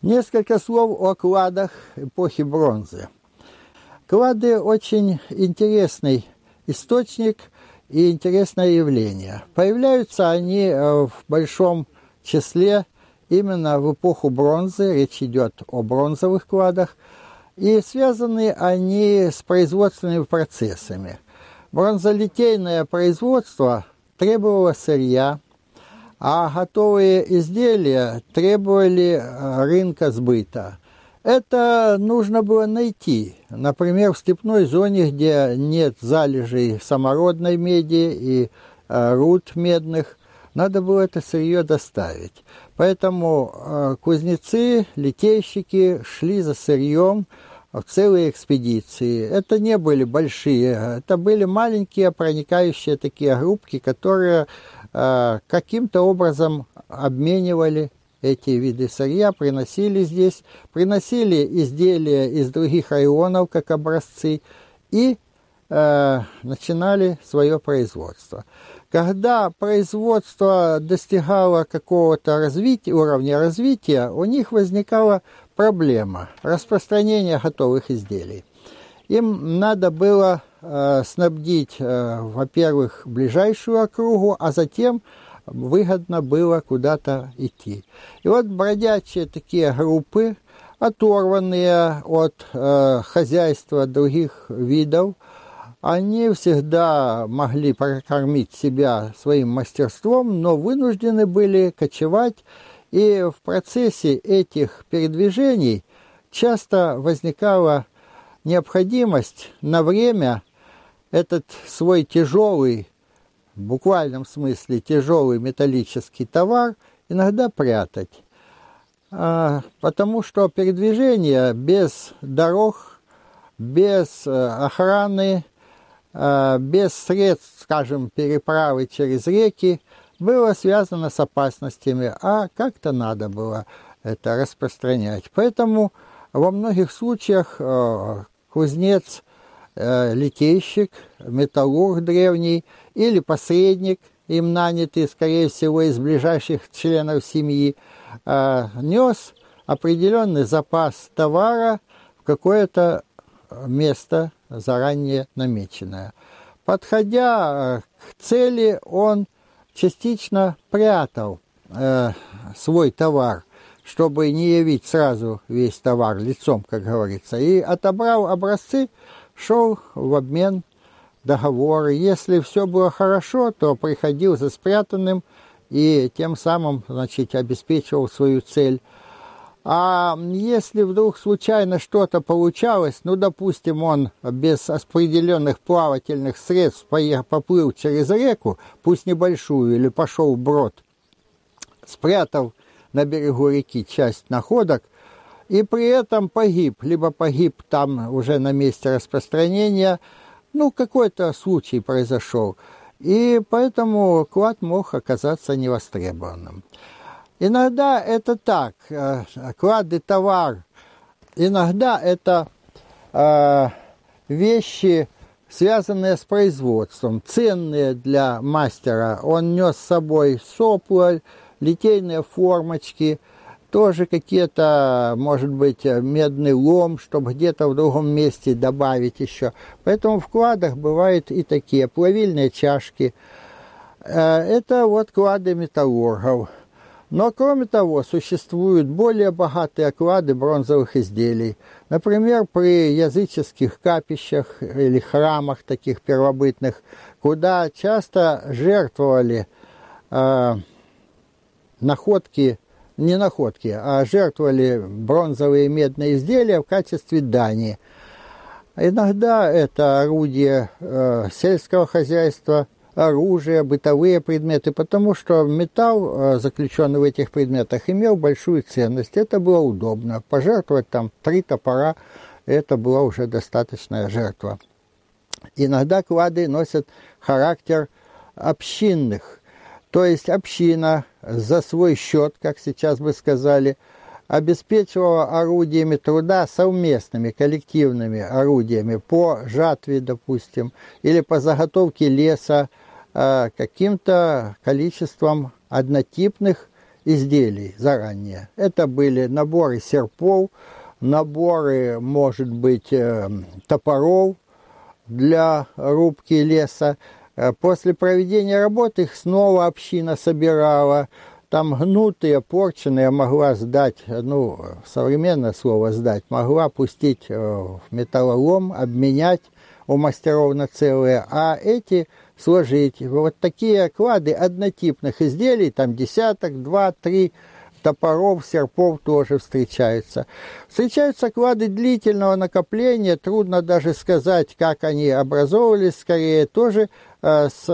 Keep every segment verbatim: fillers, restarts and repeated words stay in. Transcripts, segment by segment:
Несколько слов о кладах эпохи бронзы. Клады очень интересный источник и интересное явление. Появляются они в большом числе именно в эпоху бронзы, речь идет о бронзовых кладах, и связаны они с производственными процессами. Бронзолитейное производство требовало сырья, а готовые изделия требовали рынка сбыта. Это нужно было найти. Например, в степной зоне, где нет залежей самородной меди и руд медных, надо было это сырье доставить. Поэтому кузнецы, литейщики шли за сырьем в целые экспедиции. Это не были большие, это были маленькие проникающие такие группки, которые э, каким-то образом обменивали эти виды сырья, приносили здесь, приносили изделия из других районов, как образцы, и э, начинали свое производство. Когда производство достигало какого-то развития, уровня развития, у них возникала проблема распространения готовых изделий. Им надо было э, снабдить, э, во-первых, ближайшую округу, а затем выгодно было куда-то идти. И вот бродячие такие группы, оторванные от э, хозяйства других видов, они всегда могли прокормить себя своим мастерством, но вынуждены были кочевать, и в процессе этих передвижений часто возникала необходимость на время этот свой тяжелый, в буквальном смысле тяжелый металлический товар иногда прятать. Потому что передвижение без дорог, без охраны, без средств, скажем, переправы через реки, было связано с опасностями, а как-то надо было это распространять. Поэтому во многих случаях кузнец, литейщик, металлург древний или посредник, им нанятый, скорее всего, из ближайших членов семьи, нес определенный запас товара в какое-то место заранее намеченное. Подходя к цели, он частично прятал э, свой товар, чтобы не явить сразу весь товар лицом, как говорится, и, отобрав образцы, шел в обмен договоры. Если все было хорошо, то приходил за спрятанным и тем самым, значит, обеспечивал свою цель. А если вдруг случайно что-то получалось, ну, допустим, он без определенных плавательных средств поплыл через реку, пусть небольшую, или пошел вброд, спрятав на берегу реки часть находок, и при этом погиб, либо погиб там уже на месте распространения, ну, какой-то случай произошел, и поэтому клад мог оказаться невостребованным. Иногда это так, клады товар, иногда это э, вещи, связанные с производством, ценные для мастера. Он нес с собой сопла, литейные формочки, тоже какие-то, может быть, медный лом, чтобы где-то в другом месте добавить еще. Поэтому в кладах бывают и такие плавильные чашки. Это вот клады металлургов. Но, кроме того, существуют более богатые клады бронзовых изделий. Например, при языческих капищах или храмах таких первобытных, куда часто жертвовали э, находки, не находки, а жертвовали бронзовые и медные изделия в качестве дани. Иногда это орудия э, сельского хозяйства, оружие, бытовые предметы, потому что металл, заключенный в этих предметах, имел большую ценность. Это было удобно. Пожертвовать там три топора, это была уже достаточная жертва. Иногда клады носят характер общинных, то есть община за свой счет, как сейчас бы сказали, обеспечивала орудиями труда совместными, коллективными орудиями по жатве, допустим, или по заготовке леса, каким-то количеством однотипных изделий заранее. Это были наборы серпов, наборы, может быть, топоров для рубки леса. После проведения работы их снова община собирала. Там гнутые, порченные могла сдать, ну, современное слово сдать, могла пустить в металлолом, обменять у мастеров на целые, а эти сложить. Вот такие клады однотипных изделий, там десяток, два, три топоров, серпов тоже встречаются. Встречаются клады длительного накопления, трудно даже сказать, как они образовывались, скорее тоже э, с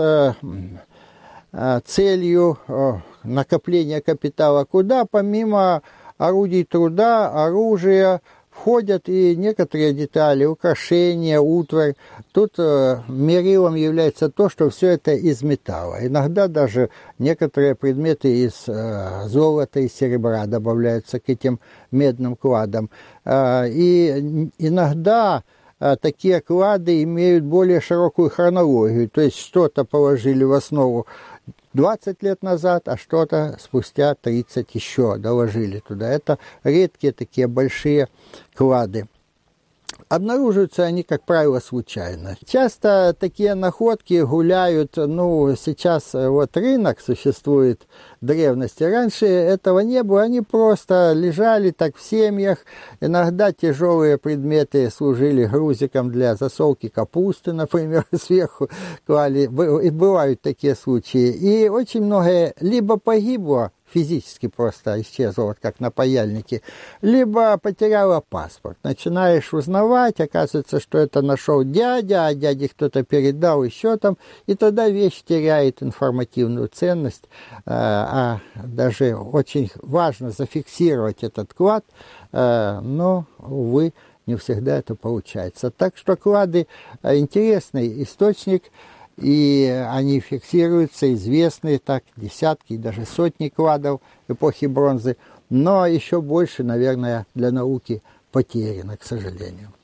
э, целью э, накопления капитала, куда помимо орудий труда, оружия, входят и некоторые детали, украшения, утварь. Тут э, мерилом является то, что все это из металла. Иногда даже некоторые предметы из э, золота и серебра добавляются к этим медным кладам. Э, и иногда э, такие клады имеют более широкую хронологию, то есть что-то положили в основу двадцать лет назад, а что-то спустя тридцать еще доложили туда. Это редкие такие большие клады. Обнаруживаются они, как правило, случайно. Часто такие находки гуляют, ну, сейчас вот рынок существует древности. Раньше этого не было, они просто лежали так в семьях. Иногда тяжелые предметы служили грузиком для засолки капусты, например, сверху клали. И бывают такие случаи. И очень многое либо погибло, физически просто исчезла, вот как на паяльнике, либо потеряла паспорт. Начинаешь узнавать, оказывается, что это нашел дядя, а дяде кто-то передал еще там, и тогда вещь теряет информативную ценность, а даже очень важно зафиксировать этот клад, но, увы, не всегда это получается. Так что клады – интересный источник, и они фиксируются, известны, так, десятки, даже сотни кладов эпохи бронзы, но еще больше, наверное, для науки потеряно, к сожалению.